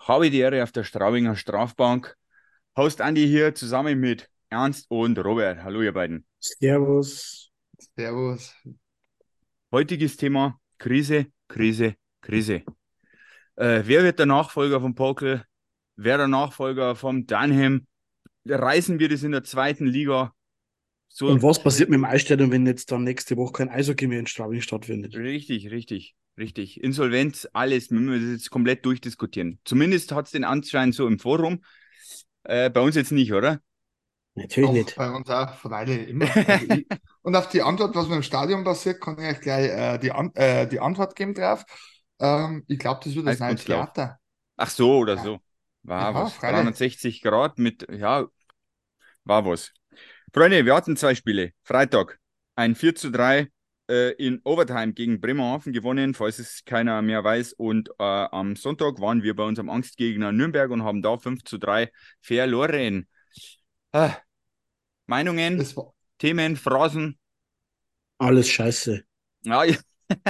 habe ich die Ehre auf der Straubinger Strafbank. Host Andi hier zusammen mit Ernst und Robert. Hallo, ihr beiden. Servus. Servus. Heutiges Thema: Krise, Krise, Krise. Wer wird der Nachfolger von Pokel? Wer der Nachfolger vom Dunham? Reißen wir das in der zweiten Liga? So Und was passiert mit dem Eisstadion, wenn jetzt dann nächste Woche kein Eishockey mehr in Straubing stattfindet? richtig, richtig, richtig. Insolvenz, alles. Wir müssen das jetzt komplett durchdiskutieren. Zumindest hat es den Anschein so im Forum. Bei uns jetzt nicht, oder? Natürlich Doch, nicht. bei uns auch, freilich immer. Und auf die Antwort, was mit dem Stadion passiert, kann ich euch gleich die Antwort geben drauf. Ich glaube, das wird das neue Eiskunstlauf. Theater. Ach so oder Ja, so. War ja, was. freilich. 360 Grad mit, ja, war was. Freunde, wir hatten zwei Spiele. Freitag ein 4:3 in Overtime gegen Bremerhaven gewonnen, falls es keiner mehr weiß. Und am Sonntag waren wir bei unserem Angstgegner Nürnberg und haben da 5:3 verloren. Ah, Meinungen, Es war, Themen, Phrasen? Alles scheiße. Ja, ja.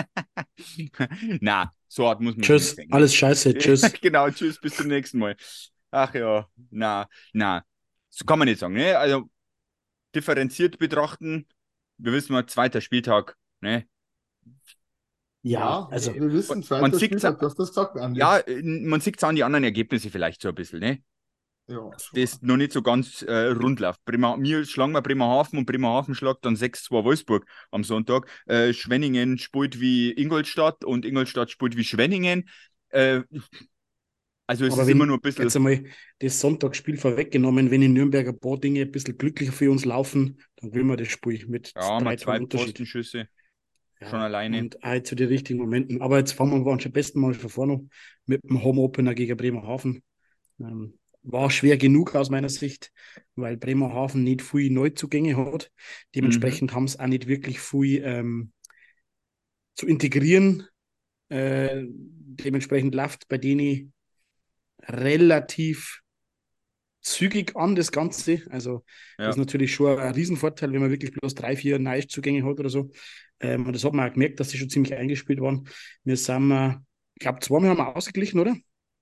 Na, so hart muss man es nicht Tschüss. denken. Alles scheiße. Tschüss. Genau, tschüss, bis zum nächsten Mal. Ach ja, na, so kann man nicht sagen, ne? Also differenziert betrachten, wir wissen mal, zweiter Spieltag, ne? Ja, ja, also, wir wissen, Man zweiter sieht Spieltag, du hast das gesagt, Andi. ja, man sieht an die anderen Ergebnisse vielleicht so ein bisschen, ne? Ja, Dass schon. das noch nicht so ganz rund läuft. Mir schlagen wir Bremerhaven und Bremerhaven schlagt dann 6:2 Wolfsburg am Sonntag. Schwenningen spielt wie Ingolstadt und Ingolstadt spielt wie Schwenningen. Äh, also es aber ist immer wenn nur ein bisschen, jetzt einmal das Sonntagsspiel vorweggenommen, wenn in Nürnberg ein paar Dinge ein bisschen glücklicher für uns laufen, dann gewinnen wir das Spiel mit ja, mal 3 Toren zwei Unterschied. Pfostenschüsse schon Ja, alleine. und auch zu den richtigen Momenten. Aber jetzt fangen wir am besten mal von vorne mit dem Home-Opener gegen Bremerhaven. War schwer genug aus meiner Sicht, weil Bremerhaven nicht viel Neuzugänge hat. Mhm. Dementsprechend haben sie auch nicht wirklich viel zu integrieren. Dementsprechend läuft bei denen relativ zügig an, das Ganze. Also, das ist Ja, natürlich schon ein Riesenvorteil, wenn man wirklich bloß 3, 4 Neuzugänge hat oder so. Und das hat man auch gemerkt, dass sie schon ziemlich eingespielt waren. Wir sind, ich glaube, zweimal haben wir ausgeglichen, oder?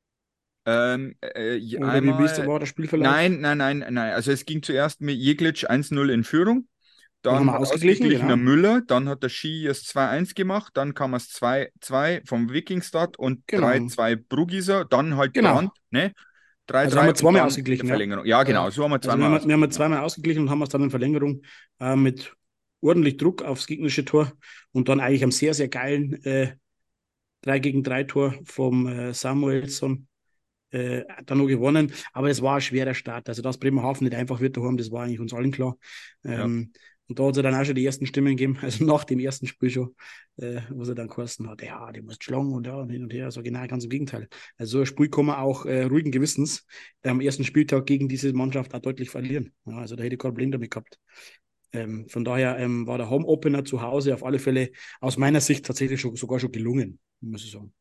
Oder wie ist, einmal, war der Spielverlauf? nein. Also es ging zuerst mit Jeglic 1:0 in Führung. Dann haben Dann wir hat ausgeglichen, ausgeglichener genau. Müller, dann hat der Ski erst 2:1 gemacht, dann kam es 2:2 vom Wikingstad und Genau. 3:2 Brugiser, dann halt Genau. Brandt, ne? Also haben 3:3 wir und zweimal dann in der ausgeglichen, ja. Verlängerung. Ja, Ja, genau, so haben wir Also zweimal wir haben ausgeglichen. Ja. zweimal ausgeglichen und haben es dann in Verlängerung mit ordentlich Druck aufs gegnerische Tor und dann eigentlich einem sehr, sehr geilen 3 gegen 3 Tor vom Samuelsson dann noch gewonnen. Aber es war ein schwerer Start. Also, dass Bremerhaven nicht einfach wird daheim, das war eigentlich uns allen klar. Ja. Und da hat es dann auch schon die ersten Stimmen gegeben, also nach dem ersten Spiel schon, wo sie dann geheißen hat, ja, die muss schlagen und ja, und hin und her. Also genau, ganz im Gegenteil. Also so ein Spiel kann man auch ruhigen Gewissens am ersten Spieltag gegen diese Mannschaft auch deutlich verlieren. Ja, also da hätte ich kein Problem damit gehabt. Von daher war der Home-Opener zu Hause auf alle Fälle aus meiner Sicht tatsächlich sogar schon gelungen, muss ich sagen.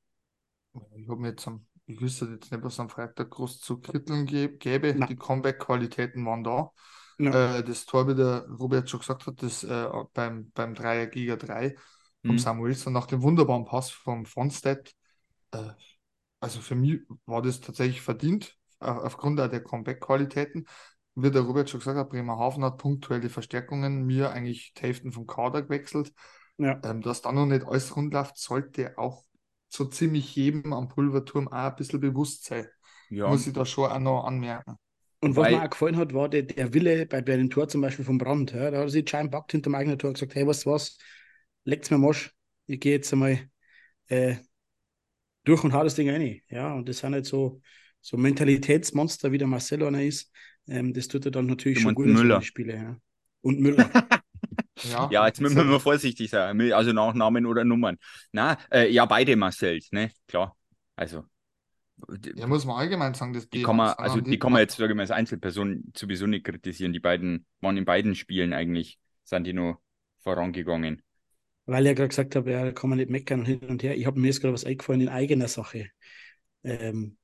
ich wüsste jetzt nicht, was am Freitag groß zu kritteln gäbe. Na, Die Comeback-Qualitäten waren da. na, Das Tor, wie der Robert schon gesagt hat, das beim 3 gegen 3 vom Hm. Samuelsson nach dem wunderbaren Pass vom Fonstedt. Äh, also für mich war das tatsächlich verdient, aufgrund auch der Comeback-Qualitäten. Wie der Robert schon gesagt hat, Bremerhaven hat punktuelle Verstärkungen, mir eigentlich die Hälften vom Kader gewechselt. ja. Dass da noch nicht alles rund läuft, sollte auch so ziemlich jedem am Pulverturm auch ein bisschen bewusst sein. Ja, Muss ich da schon auch noch anmerken. Und was mir wobei, auch gefallen hat, war der Wille bei dem Tor zum Beispiel vom Brand. Ja, da hat er sich Schein packt hinterm eigenen Tor und gesagt, hey, weißt du was, leckt's mir am Arsch, ich gehe jetzt einmal äh, durch und hau das Ding rein. Ja, und das sind halt so Mentalitätsmonster, wie der Marcelo einer ist. Das tut er dann natürlich schon jemand gut in solchen Müller. Spielen. Ja. Und Müller. Ja, Ja, jetzt müssen wir mal vorsichtig sein, also Nachnamen oder Nummern. Na, ja, beide Marcells, ne? Klar. Also, ja, muss man allgemein sagen, dass die die kann man, sind also an die die, kann man jetzt, sage ich mal, als Einzelperson sowieso nicht kritisieren. Die beiden waren in beiden Spielen eigentlich, sind die nur vorangegangen. Weil er gerade gesagt hat, ja, da kann man nicht meckern und hin und her. Ich habe mir jetzt gerade was eingefallen in eigener Sache. Ähm,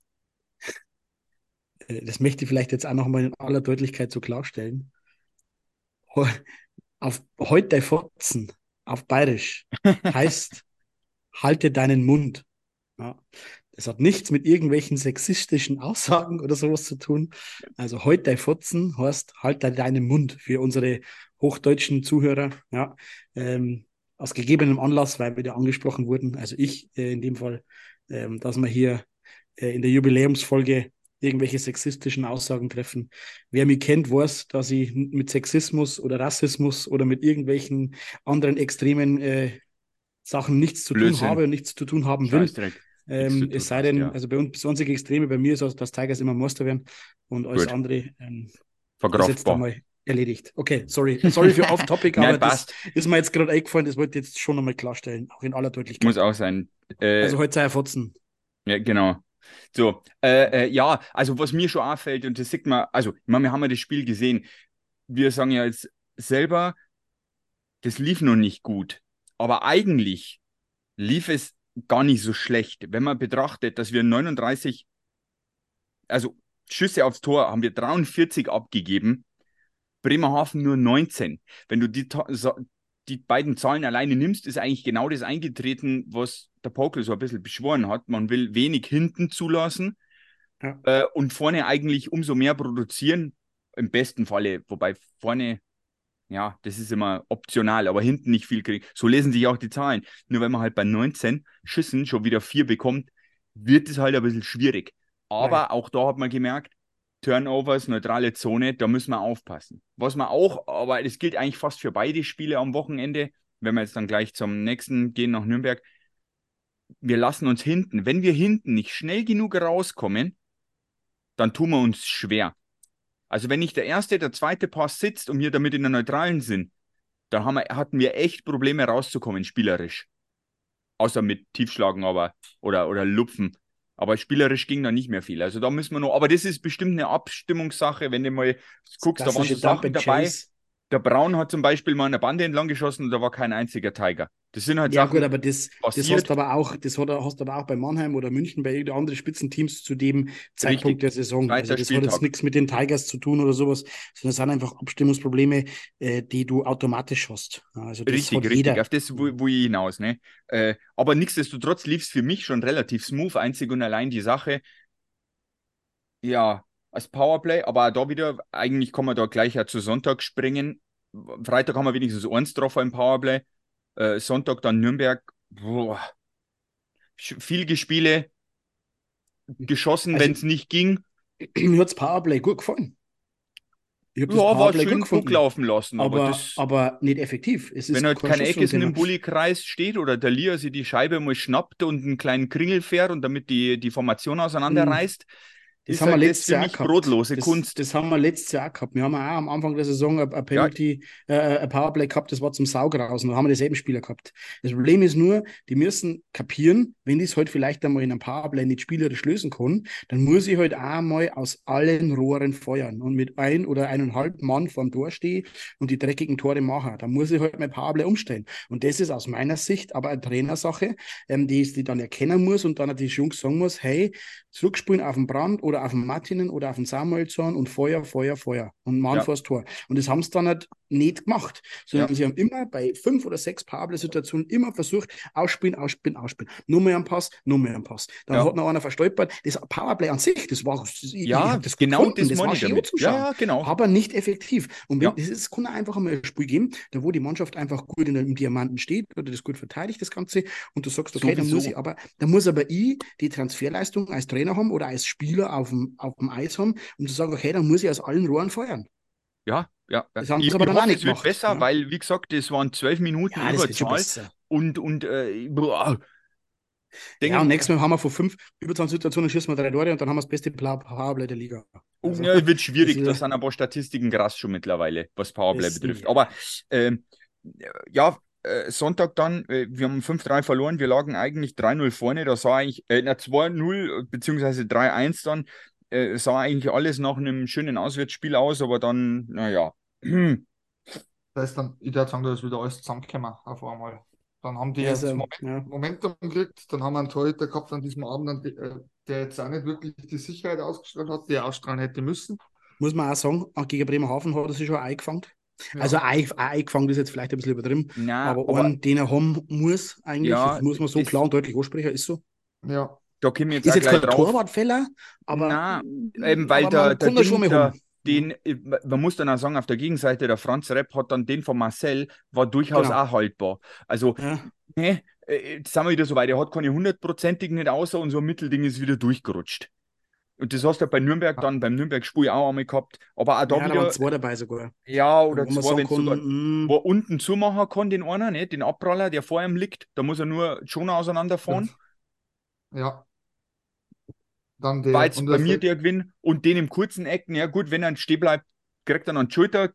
Das möchte ich vielleicht jetzt auch nochmal in aller Deutlichkeit so klarstellen. Auf heute Fotzen, auf Bayerisch, heißt, halte deinen Mund. Ja. Das hat nichts mit irgendwelchen sexistischen Aussagen oder sowas zu tun. Also halt dein Fotzen, heißt halt deinen Mund für unsere hochdeutschen Zuhörer. Ja, aus gegebenem Anlass, weil wir da angesprochen wurden, also ich in dem Fall, dass wir hier in der Jubiläumsfolge irgendwelche sexistischen Aussagen treffen. Wer mich kennt, weiß, dass ich mit Sexismus oder Rassismus oder mit irgendwelchen anderen extremen Sachen nichts zu tun habe Blödsinn. und nichts zu tun haben will. Scheißdreck. Nichts zu tun Es sei hast, denn, ja. also bei uns das einzige Extreme bei mir ist, dass Tigers immer Meister werden und alles Gut, andere ist jetzt verkraftbar. einmal erledigt. Okay, sorry für Off-Topic, aber Nein, das passt. ist mir jetzt gerade eingefallen, das wollte ich jetzt schon nochmal klarstellen, auch in aller Muss Deutlichkeit. auch sein. Also heute sei er Fotzen. Ja, genau. So, ja, also was mir schon auffällt, und das sieht man, also, ich meine, wir haben ja das Spiel gesehen. Wir sagen ja jetzt selber, das lief noch nicht gut. Aber eigentlich lief es gar nicht so schlecht. Wenn man betrachtet, dass wir 39, also Schüsse aufs Tor haben wir 43 abgegeben, Bremerhaven nur 19. Wenn du die beiden Zahlen alleine nimmst, ist eigentlich genau das eingetreten, was der Pokel so ein bisschen beschworen hat. Man will wenig hinten zulassen Ja. und vorne eigentlich umso mehr produzieren. Im besten Falle, wobei vorne, ja, das ist immer optional, aber hinten nicht viel kriegen. So lesen sich auch die Zahlen. Nur wenn man halt bei 19 Schüssen schon wieder 4 bekommt, wird es halt ein bisschen schwierig. Aber Nein. auch da hat man gemerkt, Turnovers, neutrale Zone, da müssen wir aufpassen. Was man auch, aber das gilt eigentlich fast für beide Spiele am Wochenende, wenn wir jetzt dann gleich zum nächsten gehen nach Nürnberg, wir lassen uns hinten, wenn wir hinten nicht schnell genug rauskommen, dann tun wir uns schwer. Also wenn nicht der erste, der zweite Pass sitzt und wir damit in der neutralen sind, dann hatten wir echt Probleme rauszukommen, spielerisch. Außer mit Tiefschlagen oder Lupfen. Aber spielerisch ging da nicht mehr viel. Also da müssen wir noch, aber das ist bestimmt eine Abstimmungssache, wenn du mal Das guckst, da waren so klassische Dump Sachen and dabei. Chase. Der Braun hat zum Beispiel mal an der Bande entlang geschossen und da war kein einziger Tiger. Das sind halt Ja, gut, Sachen aber das passiert. hast aber auch bei Mannheim oder München, bei irgendeinem anderen Spitzenteams zu dem Zeitpunkt Richtig. der Saison. Also Zweiter das hat jetzt Spieltag. nichts mit den Tigers zu tun oder sowas, sondern es sind einfach Abstimmungsprobleme, die du automatisch hast. Also das hat Richtig. jeder. Auf das, wo ich hinaus, ne? Aber nichtsdestotrotz lief es für mich schon relativ smooth. Einzig und allein die Sache, ja, als Powerplay, aber auch da wieder, eigentlich kann man da gleich ja zu Sonntag springen. Freitag haben wir wenigstens eins getroffen im Powerplay. Sonntag dann Nürnberg. Boah, viel Gespiele, geschossen, Also wenn es nicht ging. mir hat das Powerplay gut gefallen. Ich habe das Ja, war Powerplay gut schön Puck gefunden, laufen lassen, aber das, aber nicht effektiv. Es wenn ist halt kein kein Schuss von Eckes in Thema. dem Bulli-Kreis steht oder der Lier sich die Scheibe mal schnappt und einen kleinen Kringel fährt und damit die Formation auseinanderreißt, Das ist haben wir halt das letztes für Jahr auch mich gehabt. brotlose Kunst. Das haben wir letztes Jahr auch gehabt. Wir haben auch am Anfang der Saison ein Ja, Penalty, ein Powerplay gehabt, das war zum Sauger raus. Und da haben wir dieselben Spieler gehabt. Das Problem ist nur, die müssen kapieren, wenn die es halt vielleicht einmal in einem Powerplay nicht spielerisch lösen können, dann muss ich halt auch mal aus allen Rohren feuern und mit ein oder eineinhalb Mann vorm Tor stehen und die dreckigen Tore machen. Dann muss ich halt mein Powerplay umstellen. Und das ist aus meiner Sicht aber eine Trainersache, die dann erkennen muss und dann die Jungs sagen muss, hey, zurückspielen auf den Brand oder auf den Martinen oder auf den Samuelsson und Feuer, Feuer, Feuer und Mann ja, vors Tor. Und das haben sie dann halt nicht gemacht, ja, sondern sie haben immer bei 5 oder 6 Powerplay-Situationen immer versucht, ausspielen, ausspielen, ausspielen. Nur mehr ein Pass, nur mehr ein Pass. Dann ja. hat noch einer verstolpert. Das Powerplay an sich, ich habe Ja, das gut genau gefunden, das das meine war ich schön damit. Ja, anzuschauen, ja, genau. aber nicht effektiv. Und wenn Ja, das ist, kann einfach einmal ein Spiel geben, da wo die Mannschaft einfach gut im Diamanten steht oder das gut verteidigt, das Ganze, und du sagst, okay, sowieso. dann muss aber ich die Transferleistung als Trainer haben oder als Spieler auf dem Eis haben, um zu sagen, okay, dann muss ich aus allen Rohren feuern. Ja. Das haben sie aber Ich dann auch hoffe, nicht es wird gemacht. besser, Ne? weil, wie gesagt, es waren 12 Minuten Ja, das wird schon Überzahl besser. und boah, Ja, und denk, nächstes Mal haben wir von 5 Überzahlsituationen schießen wir 3 Tore und dann haben wir das beste Powerplay der Liga. Also, ja, wird das schwierig. Das ist, sind ein paar Statistiken krass schon mittlerweile, was Powerplay betrifft. ja. Aber ähm, ja, Sonntag dann, wir haben 5-3 verloren, wir lagen eigentlich 3-0 vorne, da sah eigentlich, 2-0 beziehungsweise 3-1 dann, sah eigentlich alles nach einem schönen Auswärtsspiel aus, aber dann, naja. Da ist dann, ich würde sagen, da ist wieder alles zusammengekommen auf einmal. Dann haben die das Also, ja. Momentum gekriegt, dann haben wir einen Torhüter gehabt an diesem Abend, der jetzt auch nicht wirklich die Sicherheit ausgestrahlt hat, die er ausstrahlen hätte müssen. Muss man auch sagen, auch gegen Bremerhaven hat er sich schon eingefangen. Also Ja, eingefangen ist jetzt vielleicht ein bisschen übertrieben, Na, aber aber einen, den er haben muss, eigentlich, das ja, muss man so klar und deutlich aussprechen, ist so. ja. da kommen wir jetzt Ist auch jetzt gleich kein drauf. Torwartfehler, aber, Na, eben weil aber man der kann da schon Ding, mal haben. man muss dann auch sagen, auf der Gegenseite, der Franz Repp hat dann den von Marcel, war durchaus Genau. auch haltbar. Also, Ja. ne, jetzt sind wir wieder so weit, er hat keine hundertprozentigen nicht außer und so ein Mittelding ist wieder durchgerutscht. Und das hast du beim Nürnberg dann, beim Nürnberg-Spiel auch einmal gehabt. Aber auch da Ja, da waren wieder, zwei dabei sogar. ja, oder Wo man zwei, sagen wenn es kann, sogar, wo er unten zumachen kann, den einer, ne, den Abpraller, der vor ihm liegt, da muss er nur schon auseinanderfahren. Ja, dann War der, und jetzt bei der mir Feld, der Gewinn. Und den im kurzen Ecken, ja gut, wenn er stehen bleibt, kriegt er noch einen Schulter,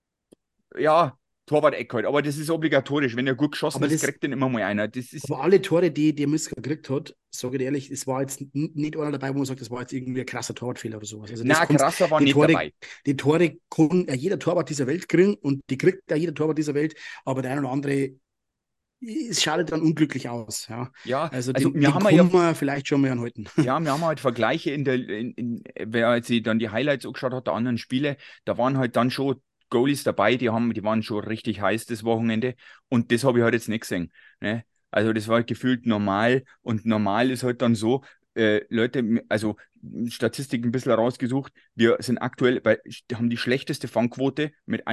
ja, Torwart-Eck halt. Aber das ist obligatorisch. Wenn er gut geschossen aber ist, das, kriegt den immer mal einer. Das ist, aber alle Tore, die Miska gekriegt hat, sage ich dir ehrlich, es war jetzt nicht einer dabei, wo man sagt, das war jetzt irgendwie ein krasser Torwartfehler oder sowas. Also das na, kannst, krasser war nicht dabei. die Tore kann ja jeder Torwart dieser Welt kriegen und die kriegt ja jeder Torwart dieser Welt, aber der eine oder andere, es schadet dann unglücklich aus. Ja. Ja, Also also wir den haben ja, kann man vielleicht schon mal anhalten. ja, wir haben halt Vergleiche wer jetzt sich dann die Highlights angeschaut hat, der anderen Spiele, da waren halt dann schon Goalies dabei, die waren schon richtig heiß das Wochenende und das habe ich halt jetzt nicht gesehen. Ne? Also das war halt gefühlt normal und normal ist halt dann so, Leute, also Statistik ein bisschen rausgesucht, wir sind aktuell haben die schlechteste Fangquote mit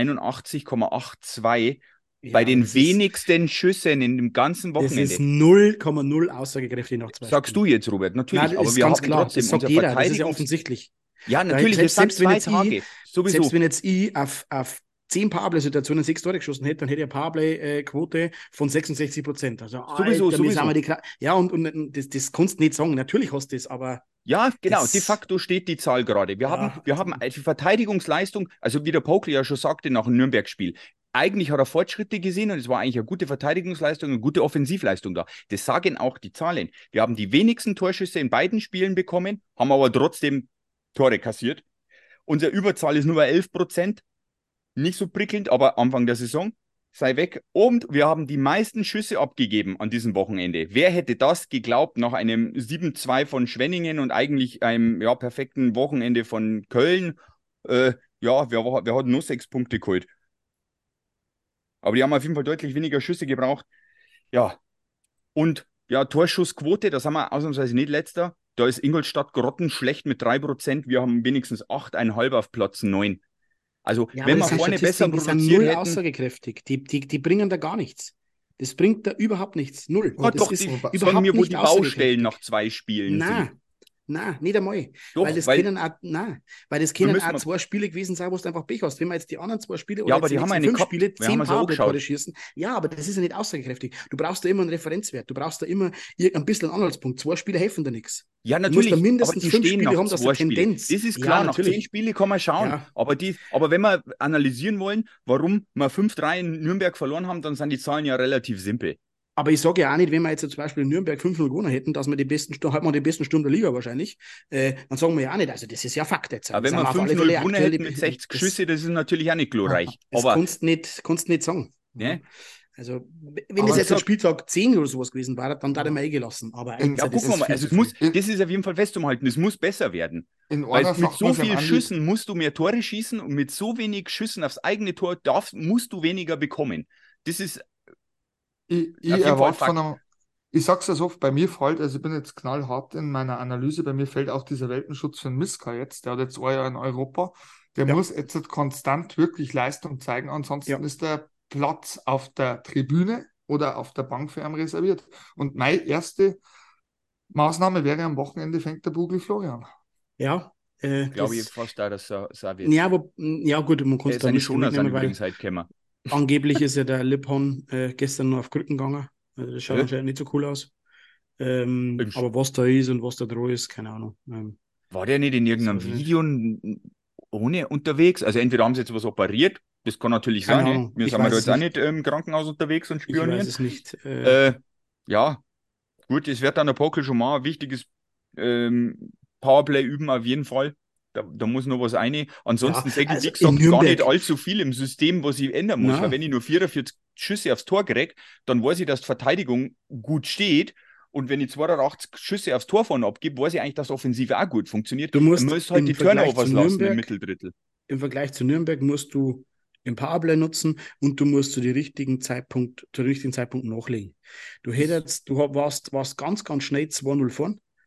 81,82 bei Ja, aber den wenigsten Schüssen in dem ganzen das ist Wochenende. 0,0 aussagekräftig nach zwei Sagst Spielen. du jetzt, Robert, Nein, natürlich, das aber ist wir ganz haben klar. Das trotzdem sagt unser jeder. Das ist ja Verteidigungs... offensichtlich. Ja, Da, natürlich, das sind selbst wenn zwei jetzt ich, Tage, sowieso. selbst wenn jetzt ich auf 10 Powerplay-Situationen 6 Tore geschossen hätte, dann hätte ich eine Powerplay-Quote von 66%. Also, Sowieso, Alter, wir sind mal sowieso. ja, und das kannst du nicht sagen. Natürlich hast du das, aber Ja, genau, de das, facto steht die Zahl gerade. ja, Wir haben die Verteidigungsleistung, also wie der Pokli ja schon sagte nach dem Nürnberg-Spiel, eigentlich hat er Fortschritte gesehen und es war eigentlich eine gute Verteidigungsleistung, eine gute Offensivleistung da. Das sagen auch die Zahlen. Wir haben die wenigsten Torschüsse in beiden Spielen bekommen, haben aber trotzdem Tore kassiert. Unsere Überzahl ist nur bei 11%. Nicht so prickelnd, aber Anfang der Saison, sei weg. Und wir haben die meisten Schüsse abgegeben an diesem Wochenende. Wer hätte das geglaubt nach einem 7-2 von Schwenningen und eigentlich einem ja, perfekten Wochenende von Köln? Ja, wer hat nur 6 Punkte geholt? Aber die haben auf jeden Fall deutlich weniger Schüsse gebraucht. Ja, und ja, Torschussquote, da sind wir ausnahmsweise nicht letzter. Da ist Ingolstadt grottenschlecht mit 3%. Wir haben wenigstens 8,5 auf Platz 9. Also, ja, aber wenn das wir sind vorne besser Statistiken, die sind produziert null hätten, aussagekräftig. Die bringen da gar nichts. Das bringt da überhaupt nichts. Null. ah, Das doch, ist sagen überhaupt mir, wo nicht die Baustellen nach aussagekräftig. 2 Spielen sind. Na, na, nicht einmal. Weil Doch, das können auch, na, weil das wir können müssen auch mal, 2 Spiele gewesen sein, wo du einfach Pech hast. Wenn wir jetzt die anderen 2 Spiele ja, oder aber jetzt die die haben nächsten eine fünf gehabt. Spiele Wir haben 10 es auch Powerplay-Tore geschaut. schießen, ja, aber das ist ja nicht aussagekräftig. Du brauchst da immer einen Referenzwert. Du brauchst da immer ein bisschen einen Anhaltspunkt. 2 Spiele helfen da nichts. Ja, Du musst da natürlich, aber mindestens die 5 stehen Spiele nach haben, dass der 2 Spiele. Tendenz. Das ist Ja, klar, nach 10 natürlich. Spiele kann man schauen. Ja, Aber wenn wir analysieren wollen, warum wir 5-3 in Nürnberg verloren haben, dann sind die Zahlen ja relativ simpel. aber ich sage ja auch nicht, wenn wir jetzt zum Beispiel in Nürnberg 5-0 gewonnen hätten, dass wir die besten, halt wir den besten Sturm der Liga wahrscheinlich, dann sagen wir ja auch nicht, also das ist ja Fakt jetzt. Aber Wir wenn sind wir auf alle 5-0 Fälle gewonnen aktuell, hätten mit 60 das, Schüsse, das ist natürlich auch nicht glorreich. das Aber, kannst nicht sagen. Ja. ne? Also, wenn das aber Ich jetzt ein sag, Spieltag 10 oder sowas gewesen wäre, dann da hätte man ja, eh gelassen. Aber in, jetzt, ja, das gucken wir ist mal. viel Also zu es muss, viel. in, das ist auf jeden Fall festzuhalten, es muss besser werden. in Weil einer mit Sache so muss ich am vielen Andi, Schüssen musst du mehr Tore schießen und mit so wenig Schüssen aufs eigene Tor musst du weniger bekommen. Das ist ich auf jeden Fall erwarte von Fakt. einem, ich sag's ja so, bei mir fällt, also ich bin jetzt knallhart in meiner Analyse, bei mir fällt auch dieser Welpenschutz für den Miska jetzt, der hat jetzt 1 Jahr in Europa, der Ja, muss jetzt halt konstant wirklich Leistung zeigen, ansonsten ja. ist der Platz auf der Tribüne oder auf der Bank für ihn reserviert. Und meine erste Maßnahme wäre am Wochenende fängt der Bugel Florian. Ja, Glaube ich das, fast da, dass er so wird. ja, ja, gut, man kann es da Seine nicht Schoner sind wegnehmen, weil übrigens halt gekommen. angeblich ist ja der Liphon gestern noch auf Krücken gegangen. Also das schaut Hä? anscheinend nicht so cool aus. Im Aber was da ist und was da dran ist, keine Ahnung. War der nicht in Das irgendeinem weiß ich nicht. Video ohne unterwegs? Also entweder haben sie jetzt was operiert, das kann natürlich Keine sein, ne? Ahnung. Wir Ich sind ja weiß da es jetzt auch nicht. nicht im Krankenhaus unterwegs und Ich weiß spionieren. es nicht. Äh, ja, gut, es wird dann der Pokel schon mal ein wichtiges Powerplay üben, auf jeden Fall. Da muss noch was rein. Ja, Ansonsten sage ich, wie also in gesagt, gar nicht Nürnberg, allzu viel im System, was ich ändern muss. Weil na, wenn ich nur 44 Schüsse aufs Tor kriege, dann weiß ich, dass die Verteidigung gut steht. Und wenn ich 82 Schüsse aufs Tor vorne abgebe, weiß ich eigentlich, dass Offensive auch gut funktioniert. du Dann musst musst du halt die Turnovers lassen im Mitteldrittel. Im Vergleich zu Nürnberg musst du im Powerplay nutzen und du musst zu zum richtigen Zeitpunkt nachlegen. Du Das, warst ganz, ganz schnell 2-0 vorn.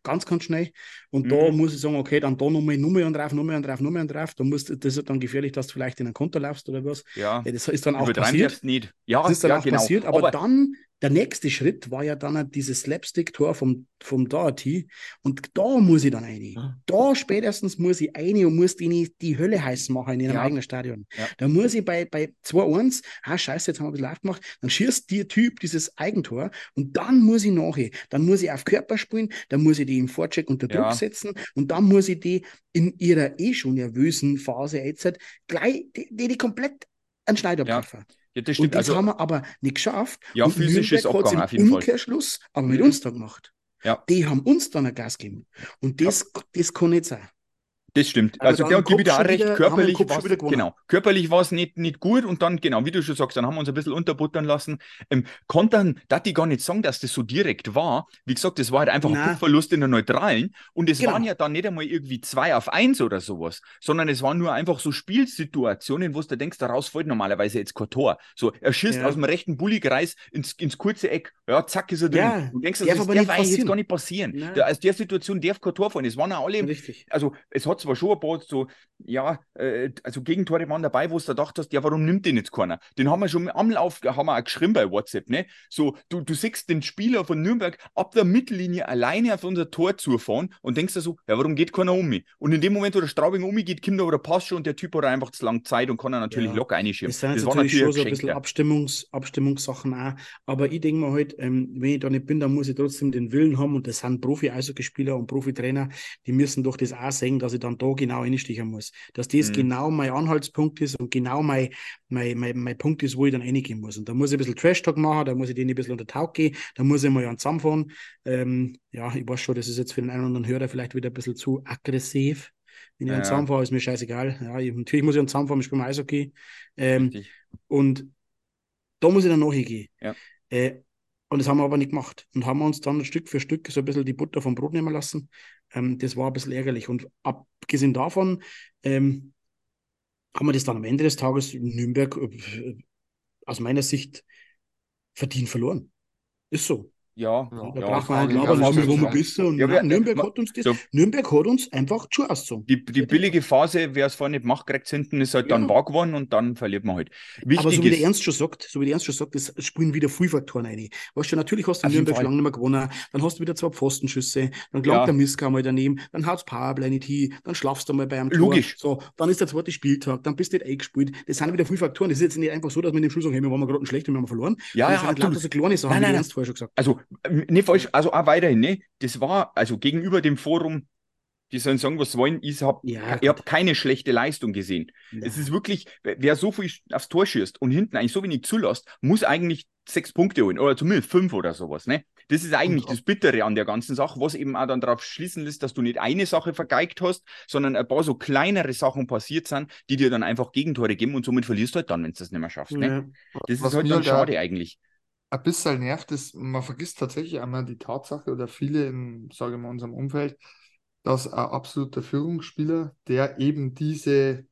ganz, ganz schnell. Und da muss ich sagen, okay, dann da nochmal einen drauf, nochmal einen drauf, nochmal einen drauf. Das ist dann gefährlich, dass du vielleicht in einen Konter laufst oder was. Ja, Das ist dann auch übertreiben passiert. darfst nicht. Das Ja, ist dann ja, auch genau. passiert, aber dann, der nächste Schritt war ja dann dieses Slapstick-Tor vom Doherty. Und da muss ich dann rein. Da spätestens muss ich rein und muss die Hölle heiß machen in ihrem Ja. eigenen Stadion. Ja. Da muss ich bei 2-1, scheiße, jetzt haben wir ein bisschen aufgemacht, dann schießt der Typ dieses Eigentor und dann muss ich nachher. Dann muss ich auf Körper spielen, dann muss ich die im Vorcheck unter Druck Ja. setzen und dann muss ich die in ihrer schon nervösen Phase jetzt gleich die komplett einen Schneider abtreffen. Ja, das Und stimmt. das Also, haben wir aber nicht geschafft. ja, Und physisches Nürnberg hat es Abgang im auf jeden Fall. Umkehrschluss aber mit uns da gemacht. Ja. Die haben uns dann ein Gas gegeben. Und das kann nicht sein. Das stimmt. Aber Also dann der gebe ich da auch Kopf schon recht. wieder- haben wir Körperlich im Kopf war schon wieder gewonnen. genau. Körperlich war es nicht gut und dann, genau, wie du schon sagst, dann haben wir uns ein bisschen unterbuttern lassen. Kontern, darf ich gar nicht sagen, dass das so direkt war. Wie gesagt, das war halt einfach ein Nein. Puckverlust in der Neutralen und es Genau. waren ja dann nicht einmal irgendwie 2-1 oder sowas, sondern es waren nur einfach so Spielsituationen, wo du denkst, daraus fällt normalerweise jetzt kein Tor. So, er schießt Ja. aus dem rechten Bulligreis ins kurze Eck. Ja, zack, ist er drin. Ja, Du denkst, darf das aber darf nicht eigentlich jetzt passieren. gar nicht passieren. Nein. Aus der Situation darf kein Tor fallen. Es waren auch alle, Richtig. also es hat zwar schon ein paar so, ja, also Gegentore waren dabei, wo du da gedacht hast, ja, warum nimmt den jetzt keiner? Den haben wir schon am Lauf, haben wir auch geschrieben bei WhatsApp, ne? So, du siehst den Spieler von Nürnberg ab der Mittellinie alleine auf unser Tor zufahren und denkst dir so, ja, warum geht keiner um mich? Und in dem Moment, wo der Straubing um mich geht, kommt aber der Pass schon und der Typ hat einfach zu lange Zeit und kann dann natürlich Ja. locker reinschieben. Das sind jetzt Das war natürlich schon so ein Geschenk, bisschen ja. Abstimmungssachen auch. Aber ich denke mir halt, wenn ich da nicht bin, dann muss ich trotzdem den Willen haben und das sind Profi-Eishockeyspieler und Profitrainer, die müssen doch das auch sehen, dass ich dann da genau reinstechen muss. Dass das genau mein Anhaltspunkt ist und genau mein Punkt ist, wo ich dann reingehen muss. Und da muss ich ein bisschen Trash-Talk machen, da muss ich denen ein bisschen unter den Tauch gehen, da muss ich mal an zusammenfahren. Ja, ich weiß schon, das ist jetzt für den einen oder anderen Hörer vielleicht wieder ein bisschen zu aggressiv. Wenn ich an den Zaun fahre, ist mir scheißegal. Ja, natürlich muss ich an den Zaun fahren, ich spiele Eishockey. Und da muss ich dann nachgehen. Ja. Und das haben wir aber nicht gemacht. Und haben uns dann Stück für Stück so ein bisschen die Butter vom Brot nehmen lassen. Das war ein bisschen ärgerlich. Und abgesehen davon haben wir das dann am Ende des Tages in Nürnberg aus meiner Sicht verdient verloren. Ist so. Ja, Da ja, braucht man kann nicht ich labern, also wir waren sagen. besser. Und Ja, nein, aber, Nürnberg hat uns einfach die Schuhe ausgezogen. Die billige Phase, wer es vorher nicht macht, kriegt hinten, ist halt dann Ja. wahr geworden und dann verliert man halt. Aber Wichtig so wie der ist, Ernst schon sagt, das spielen wieder viele Faktoren rein. Weißt du, natürlich hast du Auf in jeden Nürnberg Fall. schon lange nicht mehr gewonnen, dann hast du wieder 2 Pfostenschüsse, dann Ja. gelangt der Miska mal daneben, dann haut's Powerplay nicht hin, dann schlafst du mal bei einem Tor. Logisch. So, dann ist der zweite Spieltag, dann bist du nicht eingespielt. Das sind wieder viele Faktoren. Das ist jetzt nicht einfach so, dass wir in dem Schluss sagen, hey, wir waren gerade schlecht und wir haben verloren. Ja, das ja, sind nicht lauter absolut. so kleine Sachen, Nein, wie nein, der Ernst vorher schon gesagt hat. also, nicht falsch, also auch weiterhin, ne? Das war, also gegenüber dem Forum, die sollen sagen, was sie wollen, ich Ja, ihr gut. habt keine schlechte Leistung gesehen. Nein. Es ist wirklich, wer so viel aufs Tor schießt und hinten eigentlich so wenig zulässt, muss eigentlich 6 Punkte holen oder zumindest 5 oder sowas, ne? Das ist eigentlich Und- das Bittere an der ganzen Sache, was eben auch dann darauf schließen lässt, dass du nicht eine Sache vergeigt hast, sondern ein paar so kleinere Sachen passiert sind, die dir dann einfach Gegentore geben und somit verlierst du halt dann, wenn du das nicht mehr schaffst, ne? Ja. Das ist Was halt mir dann da schade eigentlich. ein bisschen nervt, ist, man vergisst tatsächlich einmal die Tatsache oder viele in, sage ich mal, unserem Umfeld, dass ein absoluter Führungsspieler, der eben diese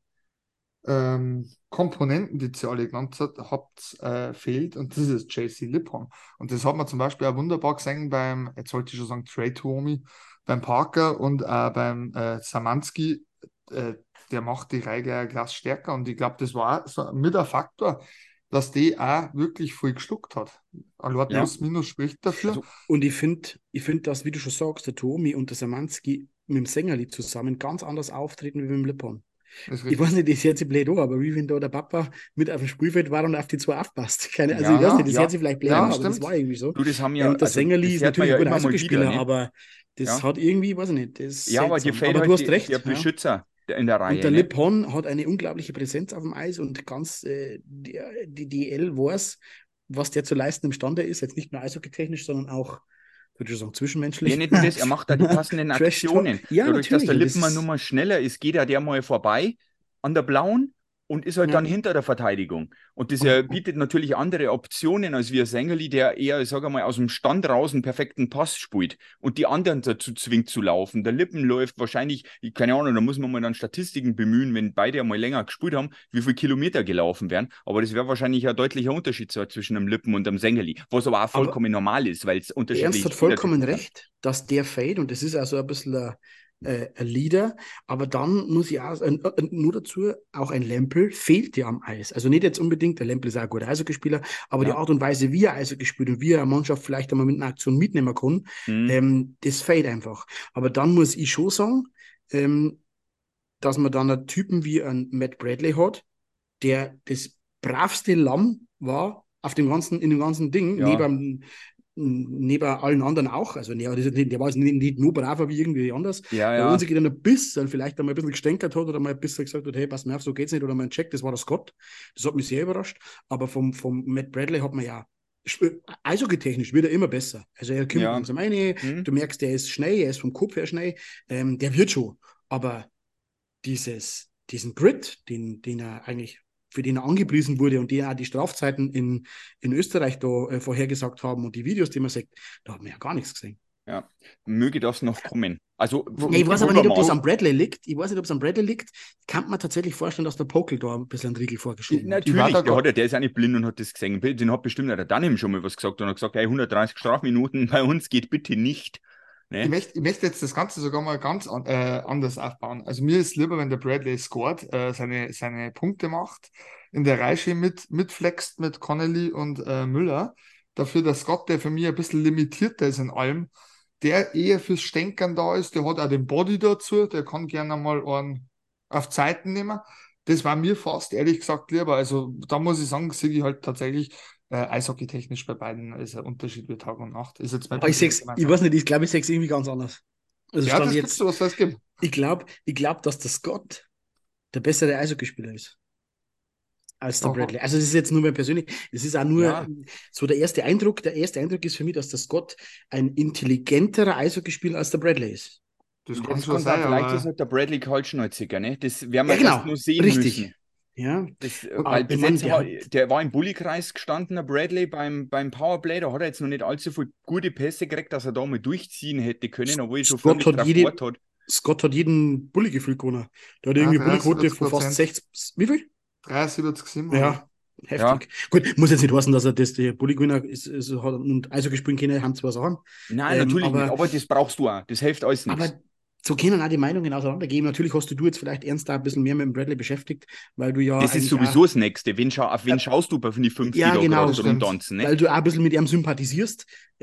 Komponenten, die ihr alle genannt habt, fehlt, und das ist JC Lippon. Und das hat man zum Beispiel auch wunderbar gesehen beim, jetzt wollte ich schon sagen, Trey Tuomi, beim Parker und auch beim Szymanski. Der macht die Reihe gleich ein Glas stärker, und ich glaube, das war auch so mit ein Faktor, dass die auch wirklich viel geschluckt hat. Allein Ja. plus minus spricht dafür. Also, Und ich finde, dass, wie du schon sagst, der Tomi und der Szymanski mit dem Sängerli zusammen ganz anders auftreten wie mit dem Lippon. Das ist Ich weiß nicht, das hört sich blöd an, aber wie wenn da der Papa mit auf dem Spielfeld war und auf die 2 aufpasst. Also Ja, ich weiß nicht, das ja. hört sich vielleicht blöd Ja, an, aber das stimmt. war irgendwie so. du, das haben ja, Und der also, Sängerli das ist hört man natürlich ja ein guter immer mal Eishockeyspieler, wieder, ne? aber das Ja. hat irgendwie, weiß ich nicht, das ist Ja, aber dir seltsam. fehlt Aber du halt hast recht. der Ja. Beschützer in der Reihe, Und der ne? Lippon hat eine unglaubliche Präsenz auf dem Eis und ganz die DL weiß, was der zu leisten imstande ist. Jetzt nicht nur eishockeytechnisch, sondern auch, würde ich sagen, zwischenmenschlich. Ja, nicht nur das, er macht da die passenden Trash Talk. Aktionen. Ja, Dadurch, dass natürlich. der Und das Lippmann ist- nun mal schneller ist, geht er der mal vorbei an der Blauen und ist halt Ja. dann hinter der Verteidigung. Und das Und- bietet natürlich andere Optionen als wie ein Sängerli, der eher, ich sage mal, aus dem Stand raus einen perfekten Pass spielt und die anderen dazu zwingt zu laufen. Der Lippen läuft wahrscheinlich, keine Ahnung, da muss man mal dann Statistiken bemühen, wenn beide einmal länger gespielt haben, wie viele Kilometer gelaufen werden. Aber das wäre wahrscheinlich ein deutlicher Unterschied so zwischen einem Lippen und einem Sängerli, was aber auch Aber vollkommen normal ist, weil es der Ernst unterschiedliche hat vollkommen Spielertypen sind. recht, dass der Fade, und das ist also ein bisschen ein Leader, aber dann muss ich auch nur dazu, auch ein Lempel fehlt dir am Eis. Also nicht jetzt unbedingt, der Lempel ist auch ein guter Eishockeyspieler, aber die Ja. Art und Weise, wie er Eishockey spielt und wie er eine Mannschaft vielleicht einmal mit einer Aktion mitnehmen kann, das fehlt einfach. Aber dann muss ich schon sagen, dass man dann einen Typen wie einen Matt Bradley hat, der das bravste Lamm war in dem ganzen Ding, Ja, neben allen anderen auch. Also der war jetzt nicht nur braver wie irgendwie anders. ja, Der ja, einzige, der ein bisschen vielleicht einmal ein bisschen gestänkert hat oder mal ein bisschen gesagt hat, hey, pass mal auf, so geht's nicht, oder mal ein Check, das war der Scott. Das hat mich sehr überrascht. Aber vom Matt Bradley hat man ja eishockey-technisch wird er immer besser. Also er kommt ja. langsam rein, du merkst, der ist schnell, er ist vom Kopf her schnell, der wird schon. Aber diesen Grit, den er eigentlich, für den er angepriesen wurde und den auch die Strafzeiten in Österreich da vorhergesagt haben und die Videos, die man sieht, da hat man ja gar nichts gesehen. Ja, möge das noch kommen. Also, Ja, ich weiß aber wollen nicht, wir ob das mal. am Bradley liegt. Ich weiß nicht, ob es am Bradley liegt. Ich kann mir tatsächlich vorstellen, dass der Pokel da ein bisschen einen Riegel vorgeschoben hat. Natürlich, der ist ja nicht blind und hat das gesehen. Den hat bestimmt der Danim schon mal was gesagt und hat gesagt, hey, 130 Strafminuten bei uns geht bitte nicht. Ne? Ich möchte jetzt das Ganze sogar mal ganz anders aufbauen. Also mir ist lieber, wenn der Bradley scored, seine Punkte macht, in der Reihe mitflext mit Connolly und Müller. Dafür der Scott, der für mich ein bisschen limitierter ist in allem, der eher fürs Stänkern da ist, der hat auch den Body dazu, der kann gerne mal einen auf Zeiten nehmen. Das war mir fast ehrlich gesagt lieber. Also da muss ich sagen, sehe ich halt tatsächlich eishockeytechnisch bei beiden ist ein Unterschied wie Tag und Nacht. Ist jetzt mein Aber ich weiß nicht, ich glaube, ich sehe es irgendwie ganz anders. Also Ja, stand das gibt's jetzt, so, was soll es geben? ich glaub, dass der Scott der bessere Eishockeyspieler ist als der Aha. Bradley. Also das ist jetzt nur mein persönlich, es ist auch nur Ja, so der erste Eindruck. Der erste Eindruck ist für mich, dass der Scott ein intelligenterer Eishockeyspieler als der Bradley ist. Das ja, kann das schon kann sein. sein, Vielleicht ist aber halt der Bradley kaltschnäuziger, ne? Das werden Ja, wir erst genau, nur sehen richtig. müssen. Ja, Das, und weil ich bis meine, jetzt, der war im Bullykreis gestanden, der Bradley, beim Powerplay, da hat er jetzt noch nicht allzu viele gute Pässe gekriegt, dass er da mal durchziehen hätte können, obwohl ich schon Scott förmlich hat drauf gewartet hat. Scott hat jeden Bulli gefühlt gewonnen. Der hat ja, irgendwie eine Bulli-Quote von fast 73%. 60. Wie viel? 73, 7 habe ich. Ja, Ja, heftig. Gut, muss jetzt nicht heißen, dass er das der Bulli-Gewinner hat und Eishockey spielen können, haben zwei Sachen. nein, natürlich nicht, Aber, aber das brauchst du auch. Das hilft alles nichts. aber so können auch die Meinungen auseinandergehen. Natürlich hast du jetzt vielleicht ernst da ein bisschen mehr mit dem Bradley beschäftigt, weil du ja Das ist eigentlich auch, sowieso das Nächste. Auf wen äh, schaust du bei den fünf, die ja, da gerade genau, Das so stimmt. rumtanzen, ne? weil du auch ein bisschen mit ihm sympathisierst.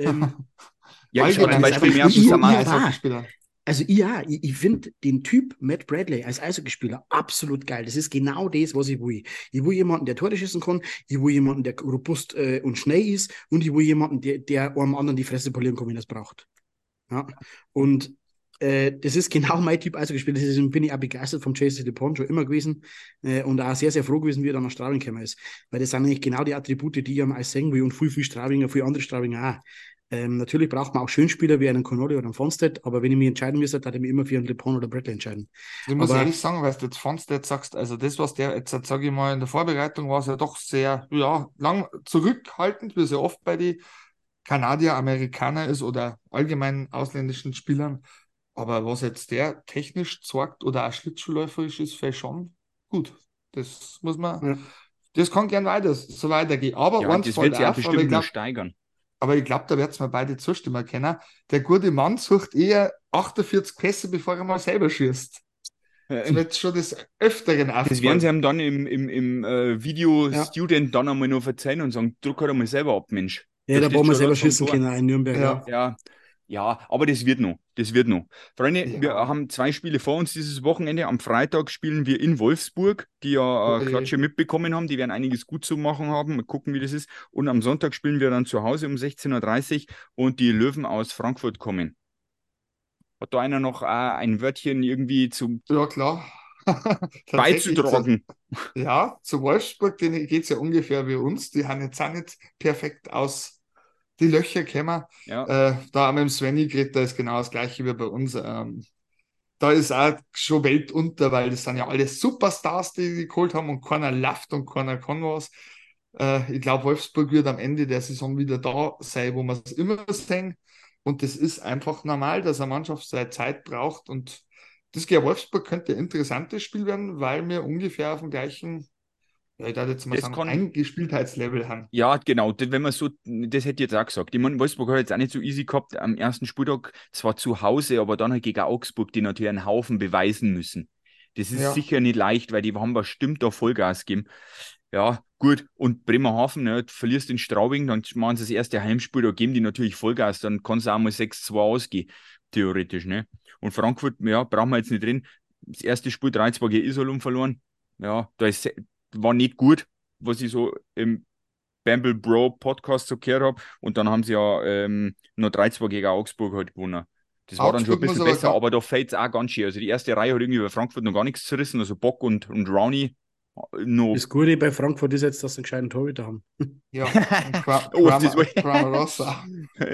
Ja, ich schaue Weil zum Allgemein das mit Beispiel einfach, mehr auf den den ich jungen Samar. auch. Eishockeyspielern. Also ich finde den Typ Matt Bradley als Eishockeyspieler absolut geil. Das ist genau das, was ich will. Ich will jemanden, der Tore schießen kann, ich will jemanden, der robust und schnell ist und ich will jemanden, der einem anderen die Fresse polieren kann, wenn er es braucht. Ja. Und das ist genau mein Typ Eishockeyspieler. Deswegen bin ich auch begeistert vom JC DuPont schon immer gewesen und auch sehr, sehr froh gewesen, wie er dann nach Straubing gekommen ist. Weil das sind eigentlich genau die Attribute, die ich am Eis sehen will und viel Straubinger, viel andere Straubinger auch. Natürlich braucht man auch Schönspieler wie einen Connolly oder einen Fonstedt, aber wenn ich mich entscheiden müsste, würde ich mich immer für einen LePont oder Bradley entscheiden. Also ich muss Aber ehrlich sagen, weil du jetzt Fonstedt sagst, also das, was der jetzt, sage ich mal, in der Vorbereitung war, es ja doch sehr, ja, lang zurückhaltend, wie es ja oft bei den Kanadier, Amerikaner ist oder allgemein ausländischen Spielern. Aber was jetzt der technisch zeigt oder auch schlittschuhläuferisch ist, vielleicht schon gut. Das muss man, ja, das kann gern so weitergehen. Aber Ja, eins das wird fällt sich ja auf, bestimmt noch steigern. aber ich glaube, da wird es mir beide zustimmen können. Der gute Mann sucht eher 48 Pässe, bevor er mal selber schießt. Das wird schon des Öfteren Das werden sie aufgefallen. ihm dann im ja. Video-Student dann einmal noch verzeihen und sagen, druck halt einmal selber ab, Mensch. Ja, Da da steht brauchen wir schon selber was vom schießen Tor. können, auch in Nürnberg, ja. Ja, Ja, ja, aber das wird noch. Das wird noch. Freunde, wir ja. haben 2 Spiele vor uns dieses Wochenende. Am Freitag spielen wir in Wolfsburg, die ja Ui. Klatsche mitbekommen haben. Die werden einiges gut zu machen haben. Mal gucken, wie das ist. Und am Sonntag spielen wir dann zu Hause um 16:30 Uhr und die Löwen aus Frankfurt kommen. Hat da einer noch ein Wörtchen irgendwie Ja, klar. Tatsächlich beizutragen? ja, zu Wolfsburg, denen geht es ja ungefähr wie uns. Die haben jetzt auch nicht perfekt aus die Löcher gekommen. Ja, Da mit dem Svenny geht, da ist genau das gleiche wie bei uns. da ist auch schon Welt unter, weil das sind ja alle Superstars, die geholt haben und keiner läuft und keiner kann was. Ich glaube, Wolfsburg wird am Ende der Saison wieder da sein, wo wir es immer sehen. Und das ist einfach normal, dass eine Mannschaft seine Zeit braucht. Und das gegen Wolfsburg könnte ein interessantes Spiel werden, weil wir ungefähr auf dem gleichen, ja, ich würde jetzt mal Das sagen, kann, Eingespieltheitslevel haben. ja, genau, das, wenn man so, das hätte ich jetzt auch gesagt. Ich meine, Wolfsburg hat jetzt auch nicht so easy gehabt am ersten Spieltag, zwar zu Hause, aber dann halt gegen Augsburg, die natürlich einen Haufen beweisen müssen. Das ist Ja, sicher nicht leicht, weil die haben bestimmt da Vollgas gegeben. Ja, gut. Und Bremerhaven, ne, du verlierst in Straubing, dann machen sie das erste Heimspiel, da geben die natürlich Vollgas, dann kann es auch mal 6-2 ausgehen, theoretisch, ne? Und Frankfurt, ja, brauchen wir jetzt nicht drin. Das erste Spiel 3-2 gegen Iserlohn verloren. Ja, war nicht gut, was ich so im Bamble Bro Podcast so gehört habe. Und dann haben sie ja noch 3-2 gegen Augsburg halt gewonnen. Das war dann schon ein Augsburg muss bisschen aber, besser, aber da fällt es auch ganz schön. Also die erste Reihe hat irgendwie bei Frankfurt noch gar nichts zerrissen. Also Bock und Rowney noch. Das Gute bei Frankfurt ist jetzt, dass sie einen gescheiten Torhüter haben. ja, und Oh, das war. Kramer Rossa.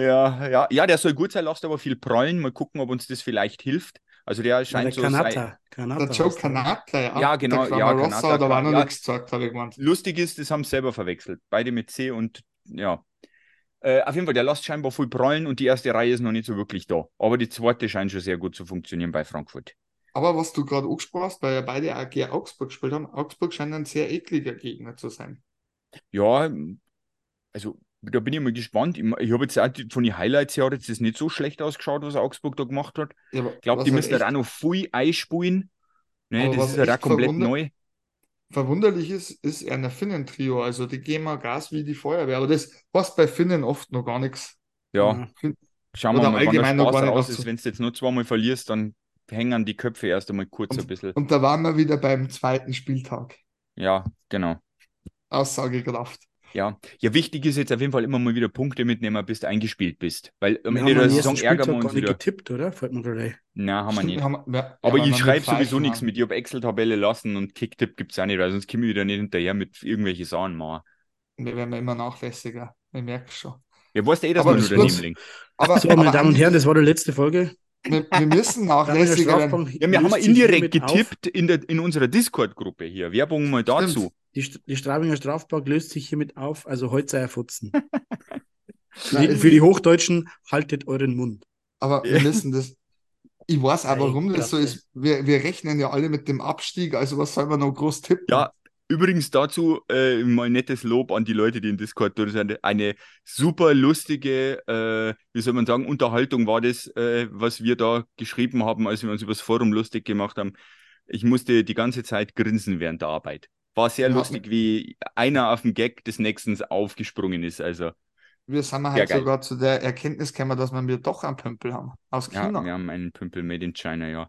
Ja, der soll gut sein, lasst aber viel prallen. Mal gucken, ob uns das vielleicht hilft. Also der Na, der scheint so sei. Der Kanata Joe heißt der, oder? Kanatler, ja. Ja, Der genau, Kramer ja, Rossa Kanata, hat aber auch klar. noch Ja, nichts gesagt, habe ich gemeint. lustig ist, das haben sie selber verwechselt. Beide mit C und ja. Auf jeden Fall, der lässt scheinbar voll prallen und die erste Reihe ist noch nicht so wirklich da. Aber die zweite scheint schon sehr gut zu funktionieren bei Frankfurt. Aber was du gerade angesprochen hast, weil ja beide auch gegen Augsburg gespielt haben, Augsburg scheint ein sehr ekliger Gegner zu sein. Ja, also da bin ich mal gespannt. Ich habe jetzt auch von den Highlights her hat jetzt das nicht so schlecht ausgeschaut, was Augsburg da gemacht hat. Ja, Ich glaube, die müssen halt auch noch viel einspulen. Ne, das was ist halt auch echt komplett neu. verwunderlich ist, ist ein Finnen-Trio. Also die gehen mal Gas wie die Feuerwehr. Aber das passt bei Finnen oft noch gar nichts. Ja, Ja. schauen wir Oder mal, wann der allgemein noch Spaß gar nicht raus ist. dazu. Wenn du jetzt nur zweimal verlierst, dann hängen die Köpfe erst einmal kurz ein bisschen. Und da waren wir wieder beim zweiten Spieltag. Ja, genau. Aussagekraft. Ja. Ja, wichtig ist jetzt auf jeden Fall immer mal wieder Punkte mitnehmen, bis du eingespielt bist. Weil am Wir Ende haben der am ersten Saison ärgern wir Spieltag gar uns nicht wieder. getippt, oder? Fällt mir gerade ein. Na, haben wir Stimmt, nicht. ja, Aber weil ich wir nur schreibe sowieso pfeifen nichts haben. mit. Ich habe Excel-Tabelle lassen und Kicktipp gibt es auch nicht, weil sonst komme ich wieder nicht hinterher mit irgendwelchen Sachen machen. Wir werden immer nachlässiger. Ich merke schon. Ja, weißt du eh, dass wir Aber nur Das daneben war's. kurz, liegen. So, meine aber Damen und Andi, Herren, das war die letzte Folge. wir müssen Travinger nachlässiger werden. Strafbank Ja, wir haben ja löst sich indirekt hiermit auf. getippt in unserer Discord-Gruppe hier. Werbung mal Stimmt. dazu. Die Strabinger Strafbank löst sich hiermit auf. Also heute sei er Futzen. Nein, Für die Hochdeutschen, haltet euren Mund. aber wir müssen das. Ich weiß auch, Ei, warum das so Klasse. ist. Wir rechnen ja alle mit dem Abstieg, also was soll man noch groß tippen? Ja, übrigens dazu mal nettes Lob an die Leute, die in Discord drin sind. Eine super lustige, wie soll man sagen, Unterhaltung war das, was wir da geschrieben haben, als wir uns über das Forum lustig gemacht haben. Ich musste die ganze Zeit grinsen während der Arbeit. War sehr Ja, lustig, wie einer auf den Gag des Nächsten aufgesprungen ist. Also wir sind sehr halt geil. sogar zu der Erkenntnis gekommen, dass wir doch einen Pömpel haben. Aus Ja, China. wir haben einen Pümpel made in China, ja.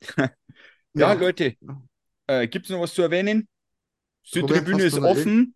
Ja, Ja. Leute, gibt es noch was zu erwähnen? Robert, Südtribüne hast du ist noch offen.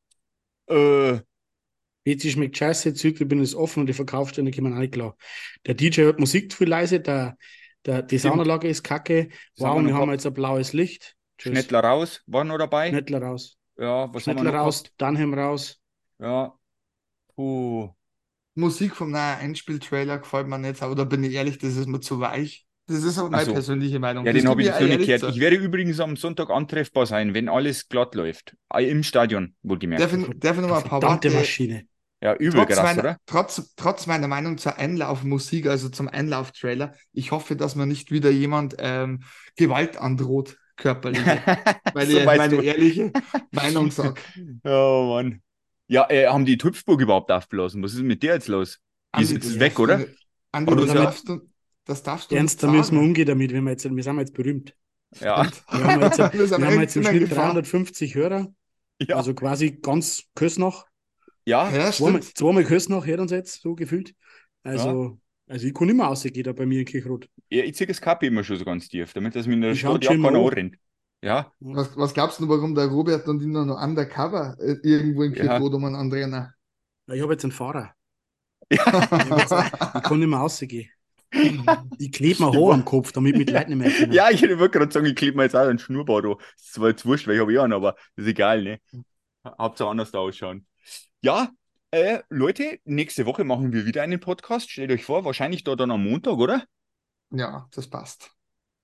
Äh, PC schmeckt scheiße, Zügelbühne ist offen und die Verkaufsstände kommen auch nicht klar. Der DJ hört Musik zu viel leise, die stimmt, Soundanlage ist kacke. das haben Wow, wir noch wir haben gehabt. jetzt ein blaues Licht. Tschüss. Schnettler raus, war noch dabei. Schnettler raus. Ja, was haben wir Schnettler noch raus, gehabt? Dunham raus. Ja, puh. Musik vom neuen Einspieltrailer gefällt mir nicht, aber da bin ich ehrlich, das ist mir zu weich. Das ist aber Ach meine so. persönliche Meinung. Ja, Das den habe gebe ich ich jetzt auch noch nicht ehrlich gehört. zu. Ich werde übrigens am Sonntag antreffbar sein, wenn alles glatt läuft. Im Stadion, wohlgemerkt. Darf ich noch mal ein paar Verdammte Worte Maschine. Ja, übel krass, oder? Trotz meiner Meinung zur Einlaufmusik, also zum Einlauftrailer, ich hoffe, dass mir nicht wieder jemand Gewalt androht, körperliche, weil So ich weißt meine du. ehrliche Meinung sage. Oh Mann. Ja, haben die Hüpfburg überhaupt aufblasen? Was ist mit der jetzt los? Die ist Andi, jetzt weg, oder? Hat Das unser, darfst du nicht Ernst, da müssen wir sagen. umgehen damit. Wir sind jetzt berühmt. ja, Stimmt. Wir haben jetzt, Wir sind wir haben jetzt im in Schnitt Gefahr. 350 Hörer. ja, Also quasi ganz Kösnach. ja, Ja, Zweimal, stimmt. zweimal Kösnach hört uns jetzt, so gefühlt. ja. Also ich kann nicht mehr rausgehen da bei mir in Kirchrot. Ja, ich ziehe das Kappe immer schon so ganz tief, damit das mir in der Ich Stadt schau ja schon keiner mal an. anrennt. Ja, Was glaubst du, warum der Robert und ich noch undercover irgendwo in ja. Kirchrot um einen anderen? Ja, ich habe jetzt einen Fahrer. Ja, Ich kann nicht mehr rausgehen. Ich klebe mir Haar am Kopf, damit mit Leuten nicht mehr erkennen. ja, ich wollte gerade sagen, ich klebe mir jetzt auch einen Schnurrbart an. Das ist zwar jetzt wurscht, weil ich habe ja einen, aber das ist egal, ne? Hauptsache anders da ausschauen. Ja, Leute, nächste Woche machen wir wieder einen Podcast. Stellt euch vor, wahrscheinlich da dann am Montag, oder? Ja, das passt.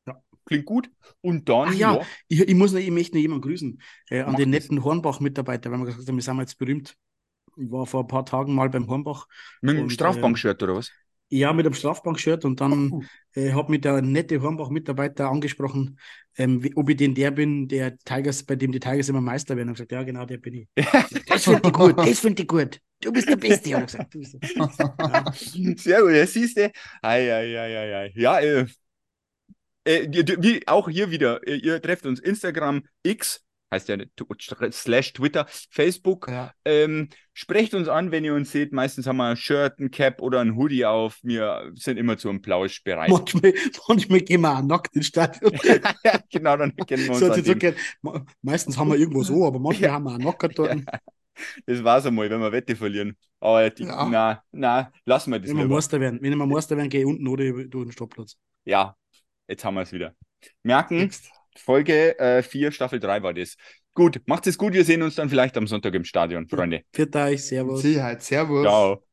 klingt gut. Und dann, Ach ja, ja, ich möchte noch jemanden grüßen. An mach den das. netten Hornbach-Mitarbeiter, weil wir gesagt haben, wir sind jetzt berühmt. Ich war vor ein paar Tagen mal beim Hornbach Mit dem und Strafbankshirt oder was? ja, mit einem Strafbankshirt und dann Oh, hat mich der nette Hornbach-Mitarbeiter angesprochen, ob ich denn der bin, der Tigers, bei dem die Tigers immer Meister werden. Und gesagt, ja, genau, der bin ich. Das finde ich gut, das finde ich gut. Du bist der Beste, hat er gesagt. Du bist ja. Sehr gut, ja, siehst du. Ei, ei, ei, ei, ei. Ja, wie auch hier wieder, ihr trefft uns Instagram, X, heißt ja / Twitter, Facebook. ja. Sprecht uns an, wenn ihr uns seht. Meistens haben wir ein Shirt, ein Cap oder ein Hoodie auf. Wir sind immer zu einem Plausch bereit. Manchmal gehen wir auch nackt ins Stadion. Ja, genau, dann kennen wir uns So hat an jetzt so dem. gehört, meistens haben wir irgendwo so, aber manchmal haben wir auch nackt dort. Ja, das war's einmal, wenn wir Wette verlieren. Aber Ja, lassen wir das Wenn wir lieber. Meister werden, gehe ich unten oder durch den Stoppplatz. Ja, jetzt haben wir es wieder. Merken, fixed. Folge 4, Staffel 3 war das. Gut, macht es gut. Wir sehen uns dann vielleicht am Sonntag im Stadion, Freunde. Für euch, Mit Servus. Sicherheit. Servus. Ciao.